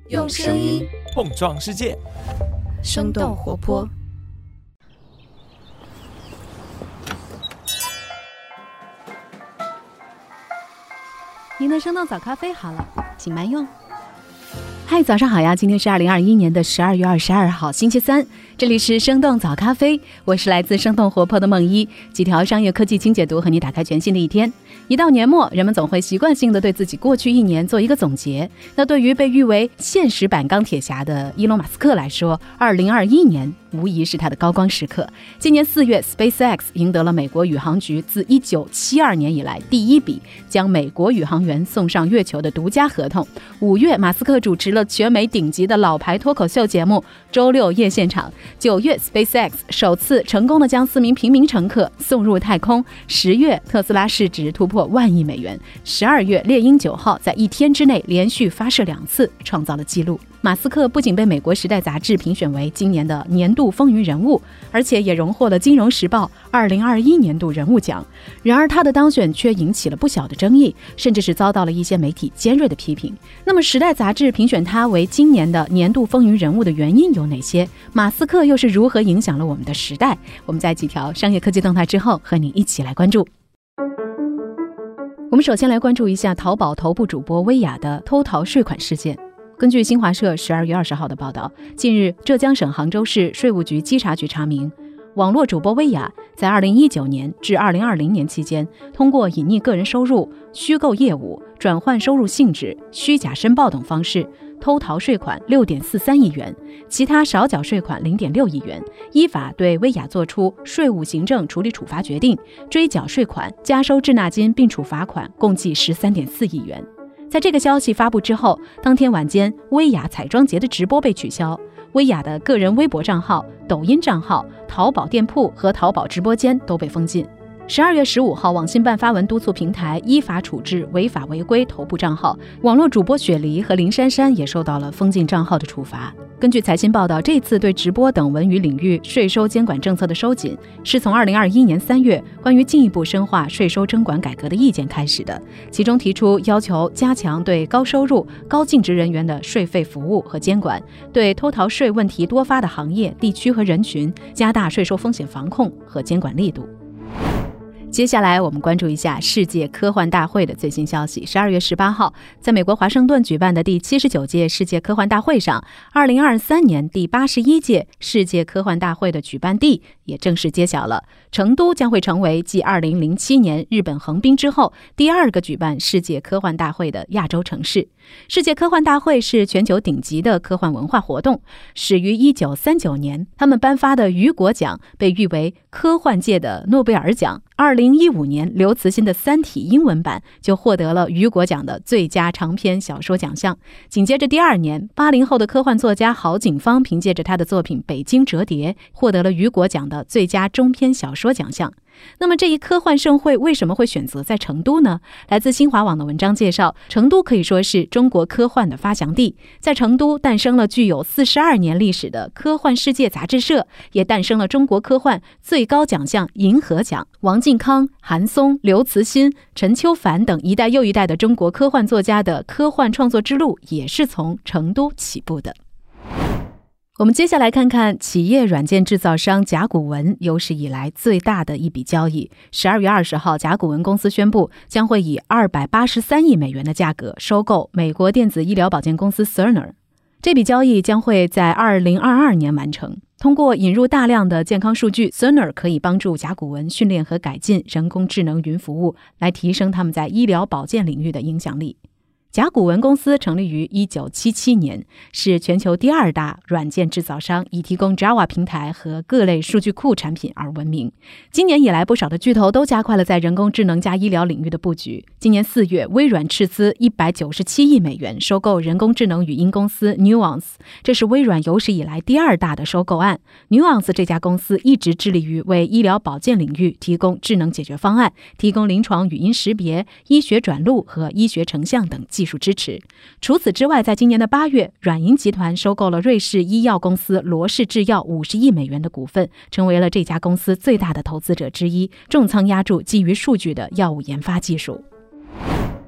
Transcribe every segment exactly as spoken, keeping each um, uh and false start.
用声音碰撞世界， 生动活泼。 您的生动早咖啡好了，请慢用。嗨，早上好呀！今天是二零二一年的十二月二十二号，星期三。这里是生动早咖啡，我是来自生动活泼的梦一，几条商业科技轻解读和你打开全新的一天。一到年末，人们总会习惯性的对自己过去一年做一个总结。那对于被誉为现实版钢铁侠的伊隆马斯克来说，二零二一年无疑是他的高光时刻。今年四月 SpaceX 赢得了美国宇航局自一九七二年以来第一笔将美国宇航员送上月球的独家合同。五月，马斯克主持了全美顶级的老牌脱口秀节目周六夜现场。九月 SpaceX 首次成功的将四名平民乘客送入太空。十月，特斯拉市值突破万亿美元。十二月，猎鹰九号在一天之内连续发射两次，创造了纪录。马斯克不仅被美国时代杂志评选为今年的年度风云人物，而且也荣获了金融时报二零二一年度人物奖。然而他的当选却引起了不小的争议，甚至是遭到了一些媒体尖锐的批评。那么时代杂志评选他为今年的年度风云人物的原因有哪些？马斯克又是如何影响了我们的时代？我们在几条商业科技动态之后和你一起来关注。我们首先来关注一下淘宝头部主播薇娅的偷逃税款事件。根据新华社十二月二十号的报道，近日浙江省杭州市税务局稽查局查明，网络主播薇娅在二零一九年至二零二零年期间，通过隐匿个人收入、虚构业务、转换收入性质、虚假申报等方式偷逃税款 六点四三亿元，其他少缴税款 零点六亿元，依法对薇娅作出税务行政处理处罚决定，追缴税款、加收滞纳金并处罚款共计 十三点四亿元。在这个消息发布之后，当天晚间薇娅彩妆节的直播被取消，薇娅的个人微博账号、抖音账号、淘宝店铺和淘宝直播间都被封禁。十二月十五号，网信办发文督促平台依法处置违法违规头部账号，网络主播雪梨和林珊珊也受到了封禁账号的处罚。根据财新报道，这次对直播等文娱领域税收监管政策的收紧，是从二零二一年三月关于进一步深化税收征管改革的意见开始的，其中提出要求加强对高收入、高净值人员的税费服务和监管，对偷逃税问题多发的行业、地区和人群加大税收风险防控和监管力度。接下来我们关注一下世界科幻大会的最新消息。十二月十八号，在美国华盛顿举办的第七十九届世界科幻大会上，二零二三年第八十一届世界科幻大会的举办地也正式揭晓了。成都将会成为继二零零七年日本横滨之后第二个举办世界科幻大会的亚洲城市。世界科幻大会是全球顶级的科幻文化活动，始于一九三九年，他们颁发的雨果奖被誉为科幻界的诺贝尔奖。二零一五年，刘慈欣的《三体》英文版就获得了雨果奖的最佳长篇小说奖项。紧接着第二年，八零后的科幻作家郝景芳凭借着他的作品《北京折叠》获得了雨果奖的最佳中篇小说奖项。那么这一科幻盛会为什么会选择在成都呢？来自新华网的文章介绍，成都可以说是中国科幻的发祥地，在成都诞生了具有四十二年历史的科幻世界杂志社，也诞生了中国科幻最高奖项银河奖。王靖康、韩松、刘慈欣、陈秋凡等一代又一代的中国科幻作家的科幻创作之路也是从成都起步的。我们接下来看看企业软件制造商甲骨文有史以来最大的一笔交易。十二月二十号，甲骨文公司宣布将会以二百八十三亿美元的价格收购美国电子医疗保健公司 Cerner。 这笔交易将会在二零二二年完成。通过引入大量的健康数据， Cerner 可以帮助甲骨文训练和改进人工智能云服务，来提升他们在医疗保健领域的影响力。甲骨文公司成立于一九七七年，是全球第二大软件制造商，以提供 Java 平台和各类数据库产品而闻名。今年以来，不少的巨头都加快了在人工智能加医疗领域的布局。今年四月，微软斥资一百九十七亿美元收购人工智能语音公司 Nuance， 这是微软有史以来第二大的收购案。Nuance 这家公司一直致力于为医疗保健领域提供智能解决方案，提供临床语音识别、医学转录和医学成像等技术技术支持。除此之外，在今年的八月，软银集团收购了瑞士医药公司罗氏制药五十亿美元的股份，成为了这家公司最大的投资者之一，重仓押注基于数据的药物研发技术。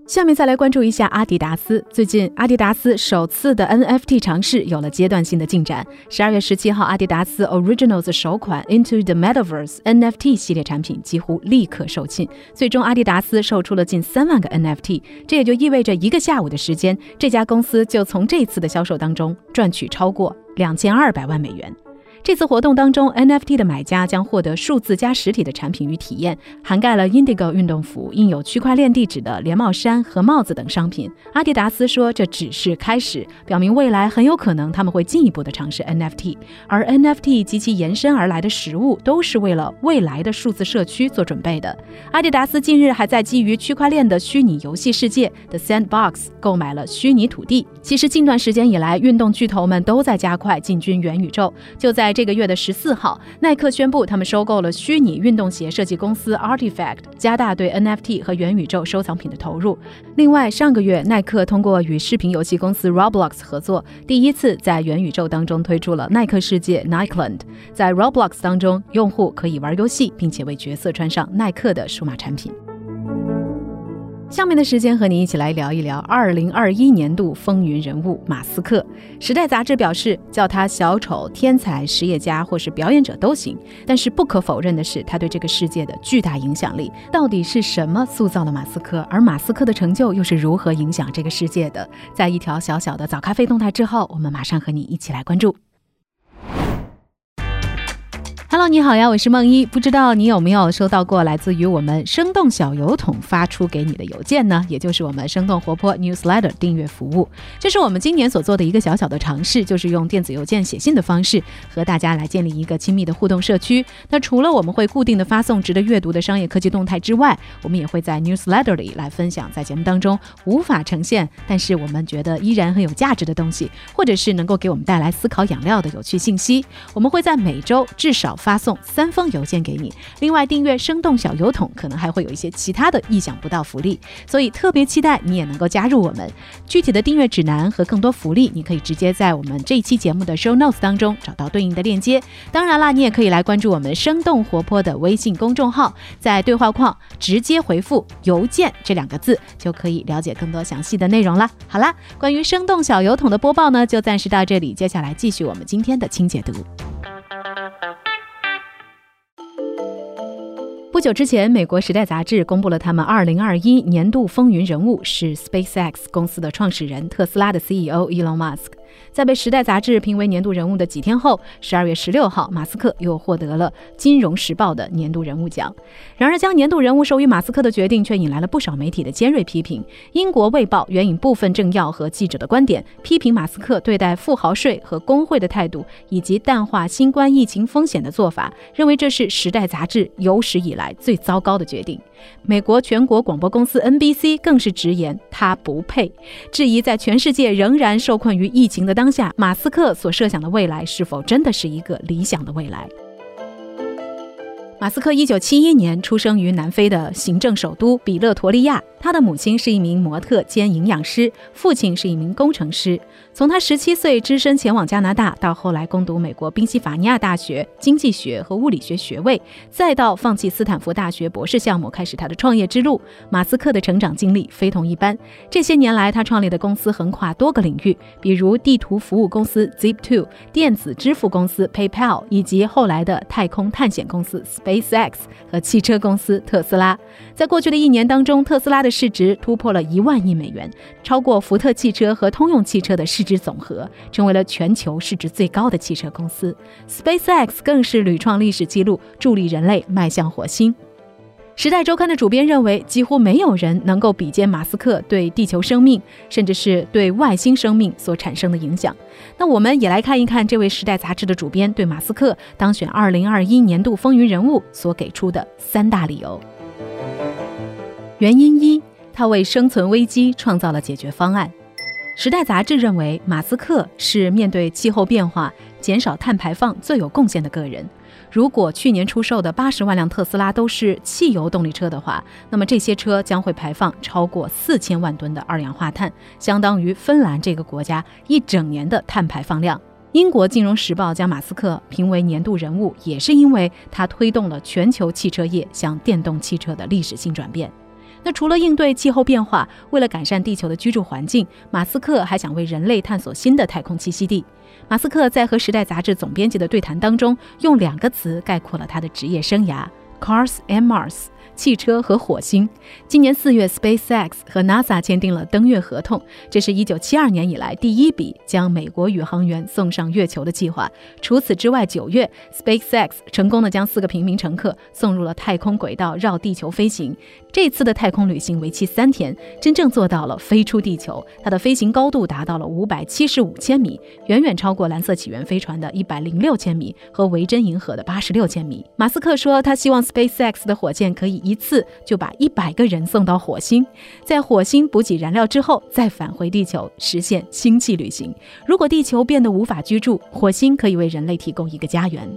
下面再来关注一下阿迪达斯。最近阿迪达斯首次的 N F T 尝试有了阶段性的进展。十二月十七号，阿迪达斯 Originals 首款 Into the Metaverse N F T 系列产品几乎立刻售罄，最终阿迪达斯售出了近三万个 N F T， 这也就意味着一个下午的时间，这家公司就从这次的销售当中赚取超过两千二百万美元。这次活动当中 N F T 的买家将获得数字加实体的产品与体验，涵盖了 Indigo 运动服、印有区块链地址的连帽衫和帽子等商品。阿迪达斯说这只是开始，表明未来很有可能他们会进一步的尝试 N F T， 而 N F T 及其延伸而来的实物都是为了未来的数字社区做准备的。阿迪达斯近日还在基于区块链的虚拟游戏世界 The Sandbox 购买了虚拟土地。其实近段时间以来，运动巨头们都在加快进军元宇宙。就在这个月的十四号，耐克宣布他们收购了虚拟运动鞋设计公司 Artifact， 加大对 N F T 和元宇宙收藏品的投入。另外，上个月耐克通过与视频游戏公司 Roblox 合作，第一次在元宇宙当中推出了耐克世界 Nikeland。在 Roblox 当中，用户可以玩游戏，并且为角色穿上耐克的数码产品。下面的时间和你一起来聊一聊二零二一年度风云人物马斯克。时代杂志表示，叫他小丑、天才、实业家或是表演者都行，但是不可否认的是，他对这个世界的巨大影响力。到底是什么塑造了马斯克，而马斯克的成就又是如何影响这个世界的？在一条小小的早咖啡动态之后，我们马上和你一起来关注。Hello， 你好呀，我是梦一。不知道你有没有收到过来自于我们生动小油桶发出给你的邮件呢？也就是我们生动活泼 Newsletter 订阅服务。这是我们今年所做的一个小小的尝试，就是用电子邮件写信的方式和大家来建立一个亲密的互动社区。那除了我们会固定的发送值得阅读的商业科技动态之外，我们也会在 Newsletter 里来分享在节目当中无法呈现，但是我们觉得依然很有价值的东西，或者是能够给我们带来思考养料的有趣信息。我们会在每周至少发送三封邮件给你，另外订阅生动小油桶可能还会有一些其他的意想不到福利，所以特别期待你也能够加入我们。具体的订阅指南和更多福利，你可以直接在我们这一期节目的 show notes 当中找到对应的链接。当然啦，你也可以来关注我们生动活泼的微信公众号，在对话框直接回复邮件这两个字，就可以了解更多详细的内容啦。好啦，关于生动小油桶的播报呢，就暂时到这里，接下来继续我们今天的轻解读。不久之前，美国时代杂志公布了他们二零二一年度风云人物是 SpaceX 公司的创始人特斯拉的 C E O Elon Musk。在被时代杂志评为年度人物的几天后，十二月十六号，马斯克又获得了金融时报的年度人物奖。然而将年度人物授予马斯克的决定却引来了不少媒体的尖锐批评。英国卫报援引部分政要和记者的观点，批评马斯克对待富豪税和工会的态度，以及淡化新冠疫情风险的做法，认为这是时代杂志有史以来最糟糕的决定。美国全国广播公司 N B C 更是直言他不配，质疑在全世界仍然受困于疫情的当下，马斯克所设想的未来是否真的是一个理想的未来。马斯克一九七一年出生于南非的行政首都比勒陀利亚，他的母亲是一名模特兼营养师，父亲是一名工程师。从他十七岁只身前往加拿大，到后来攻读美国宾夕法尼亚大学经济学和物理学学位，再到放弃斯坦福大学博士项目开始他的创业之路，马斯克的成长经历非同一般。这些年来他创立的公司横跨多个领域，比如地图服务公司 Zip 二、电子支付公司 PayPal， 以及后来的太空探险公司 SpaceX 和汽车公司特斯拉。在过去的一年当中，特斯拉的市值突破了一万亿美元，超过福特汽车和通用汽车的市值总和，成为了全球市值最高的汽车公司。 SpaceX 更是屡创历史纪录，助力人类迈向火星。时代周刊的主编认为，几乎没有人能够比肩马斯克对地球生命，甚至是对外星生命所产生的影响。那我们也来看一看这位时代杂志的主编对马斯克当选二零二一年度风云人物所给出的三大理由。原因一，他为生存危机创造了解决方案。时代杂志认为，马斯克是面对气候变化、减少碳排放最有贡献的个人。如果去年出售的八十万辆特斯拉都是汽油动力车的话，那么这些车将会排放超过四千万吨的二氧化碳，相当于芬兰这个国家一整年的碳排放量。英国金融时报将马斯克评为年度人物，也是因为他推动了全球汽车业向电动汽车的历史性转变。 那除了应对气候变化，为了改善地球的居住环境，马斯克还想为人类探索新的太空栖息地。马斯克在和《时代》杂志总编辑的对谈当中，用两个词概括了他的职业生涯 Cars and Mars， 汽车和火星。今年四月 SpaceX 和 NASA 签订了登月合同，这是一九七二年以来第一笔将美国宇航员送上月球的计划。除此之外，九月 SpaceX 成功的将四个平民乘客送入了太空轨道，绕地球飞行。这次的太空旅行为期三天，真正做到了飞出地球。它的飞行高度达到了五百七十五千米，远远超过蓝色起源飞船的一百零六千米和维珍银河的八十六千米。马斯克说，他希望 SpaceX 的火箭可以一次就把一百个人送到火星，在火星补给燃料之后再返回地球，实现星际旅行。如果地球变得无法居住，火星可以为人类提供一个家园。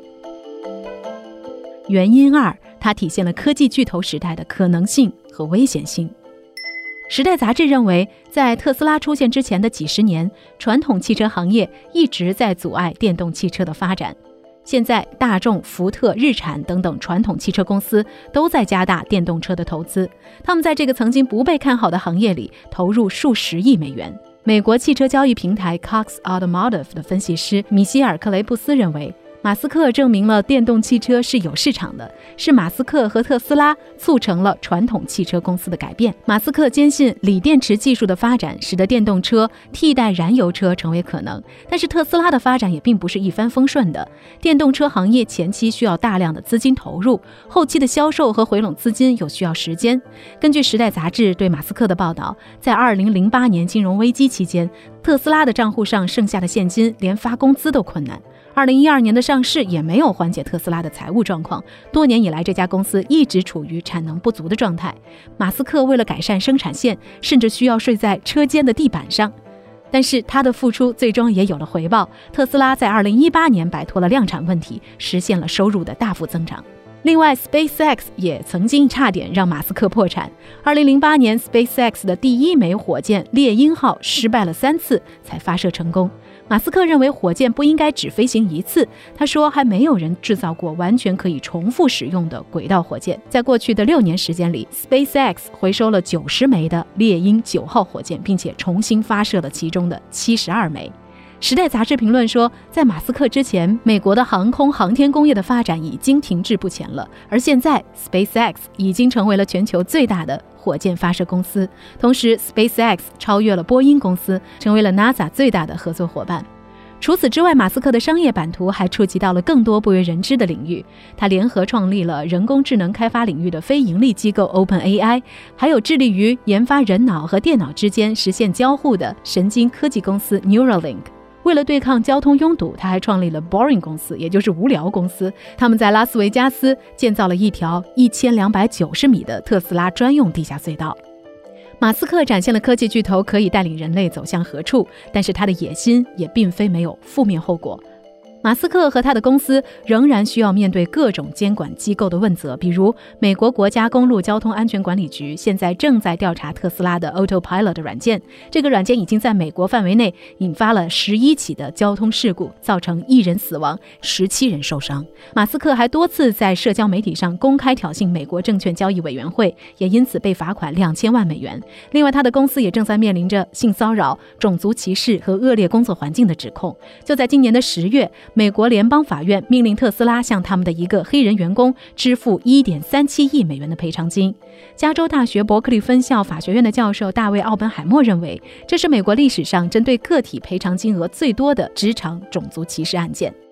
原因二，它体现了科技巨头时代的可能性和危险性。时代杂志认为，在特斯拉出现之前的几十年，传统汽车行业一直在阻碍电动汽车的发展。现在大众、福特、日产等等传统汽车公司都在加大电动车的投资，他们在这个曾经不被看好的行业里投入数十亿美元。美国汽车交易平台 Cox Automotive 的分析师米歇尔·克雷布斯认为，马斯克证明了电动汽车是有市场的，是马斯克和特斯拉促成了传统汽车公司的改变。马斯克坚信锂电池技术的发展使得电动车替代燃油车成为可能，但是特斯拉的发展也并不是一帆风顺的。电动车行业前期需要大量的资金投入，后期的销售和回笼资金又需要时间。根据《时代》杂志对马斯克的报道，在二零零八年金融危机期间，特斯拉的账户上剩下的现金连发工资都困难。二零一二年的上市也没有缓解特斯拉的财务状况，多年以来这家公司一直处于产能不足的状态。马斯克为了改善生产线，甚至需要睡在车间的地板上。但是他的付出最终也有了回报，特斯拉在二零一八年摆脱了量产问题，实现了收入的大幅增长。另外 SpaceX 也曾经差点让马斯克破产。二零零八年 SpaceX 的第一枚火箭猎鹰号失败了三次才发射成功。马斯克认为火箭不应该只飞行一次，他说还没有人制造过完全可以重复使用的轨道火箭。在过去的六年时间里， SpaceX 回收了九十枚的猎鹰九号火箭，并且重新发射了其中的七十二枚。时代杂志评论说，在马斯克之前，美国的航空航天工业的发展已经停滞不前了，而现在 SpaceX 已经成为了全球最大的火箭发射公司，同时 SpaceX 超越了波音公司，成为了 NASA 最大的合作伙伴。除此之外，马斯克的商业版图还触及到了更多不为人知的领域。他联合创立了人工智能开发领域的非盈利机构 OpenAI， 还有致力于研发人脑和电脑之间实现交互的神经科技公司 Neuralink。为了对抗交通拥堵，他还创立了 Boring 公司，也就是无聊公司。他们在拉斯维加斯建造了一条一千两百九十米的特斯拉专用地下隧道。马斯克展现了科技巨头可以带领人类走向何处，但是他的野心也并非没有负面后果。马斯克和他的公司仍然需要面对各种监管机构的问责，比如美国国家公路交通安全管理局现在正在调查特斯拉的 Autopilot 软件，这个软件已经在美国范围内引发了十一起的交通事故，造成一人死亡，十七人受伤。马斯克还多次在社交媒体上公开挑衅美国证券交易委员会，也因此被罚款两千万美元。另外，他的公司也正在面临着性骚扰、种族歧视和恶劣工作环境的指控。就在今年的十月，美国联邦法院命令特斯拉向他们的一个黑人员工支付 一点三七亿美元的赔偿金。加州大学伯克利分校法学院的教授大卫·奥本海默认为，这是美国历史上针对个体赔偿金额最多的职场种族歧视案件。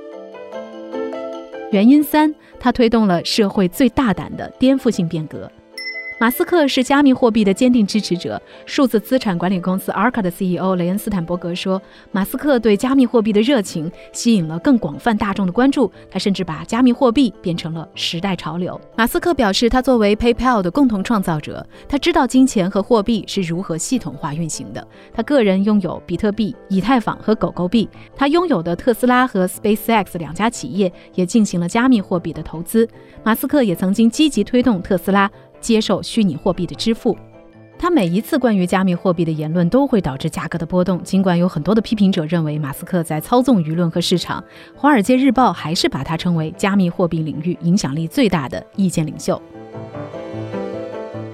原因三，他推动了社会最大胆的颠覆性变革。马斯克是加密货币的坚定支持者。数字资产管理公司 Arca 的 C E O 雷恩斯坦伯格说，马斯克对加密货币的热情吸引了更广泛大众的关注，他甚至把加密货币变成了时代潮流。马斯克表示，他作为 PayPal 的共同创造者，他知道金钱和货币是如何系统化运行的。他个人拥有比特币、以太坊和狗狗币，他拥有的特斯拉和 SpaceX 两家企业也进行了加密货币的投资。马斯克也曾经积极推动特斯拉接受虚拟货币的支付。他每一次关于加密货币的言论都会导致价格的波动，尽管有很多的批评者认为马斯克在操纵舆论和市场，华尔街日报还是把他称为加密货币领域影响力最大的意见领袖。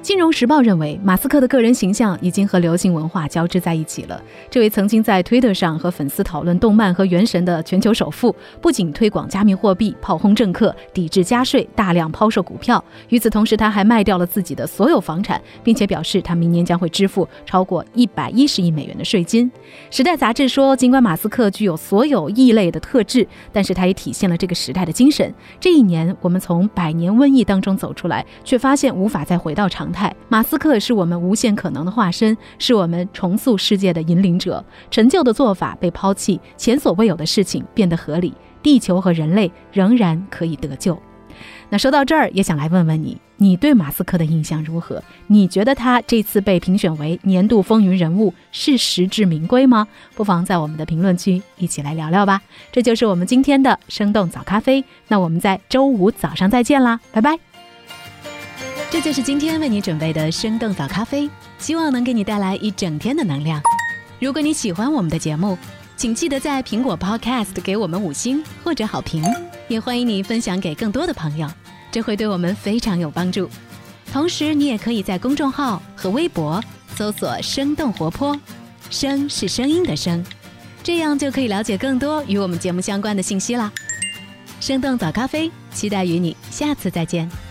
金融时报认为，马斯克的个人形象已经和流行文化交织在一起了。这位曾经在推特上和粉丝讨论动漫和原神的全球首富，不仅推广加密货币、炮轰政客、抵制加税、大量抛售股票，与此同时他还卖掉了自己的所有房产，并且表示他明年将会支付超过一百一十亿美元的税金。时代杂志说，尽管马斯克具有所有异类的特质，但是他也体现了这个时代的精神。这一年，我们从百年瘟疫当中走出来，却发现无法再回到常态。马斯克是我们无限可能的化身，是我们重塑世界的引领者。陈旧的做法被抛弃，前所未有的事情变得合理，地球和人类仍然可以得救。那说到这儿，也想来问问你，你对马斯克的印象如何？你觉得他这次被评选为年度风云人物是实至名归吗？不妨在我们的评论区一起来聊聊吧。这就是我们今天的生动早咖啡，那我们在周五早上再见啦，拜拜。这就是今天为你准备的生动早咖啡，希望能给你带来一整天的能量。如果你喜欢我们的节目，请记得在苹果 Podcast 给我们五星或者好评，也欢迎你分享给更多的朋友，这会对我们非常有帮助。同时你也可以在公众号和微博搜索生动活泼，声是声音的声，这样就可以了解更多与我们节目相关的信息啦。生动早咖啡，期待与你下次再见。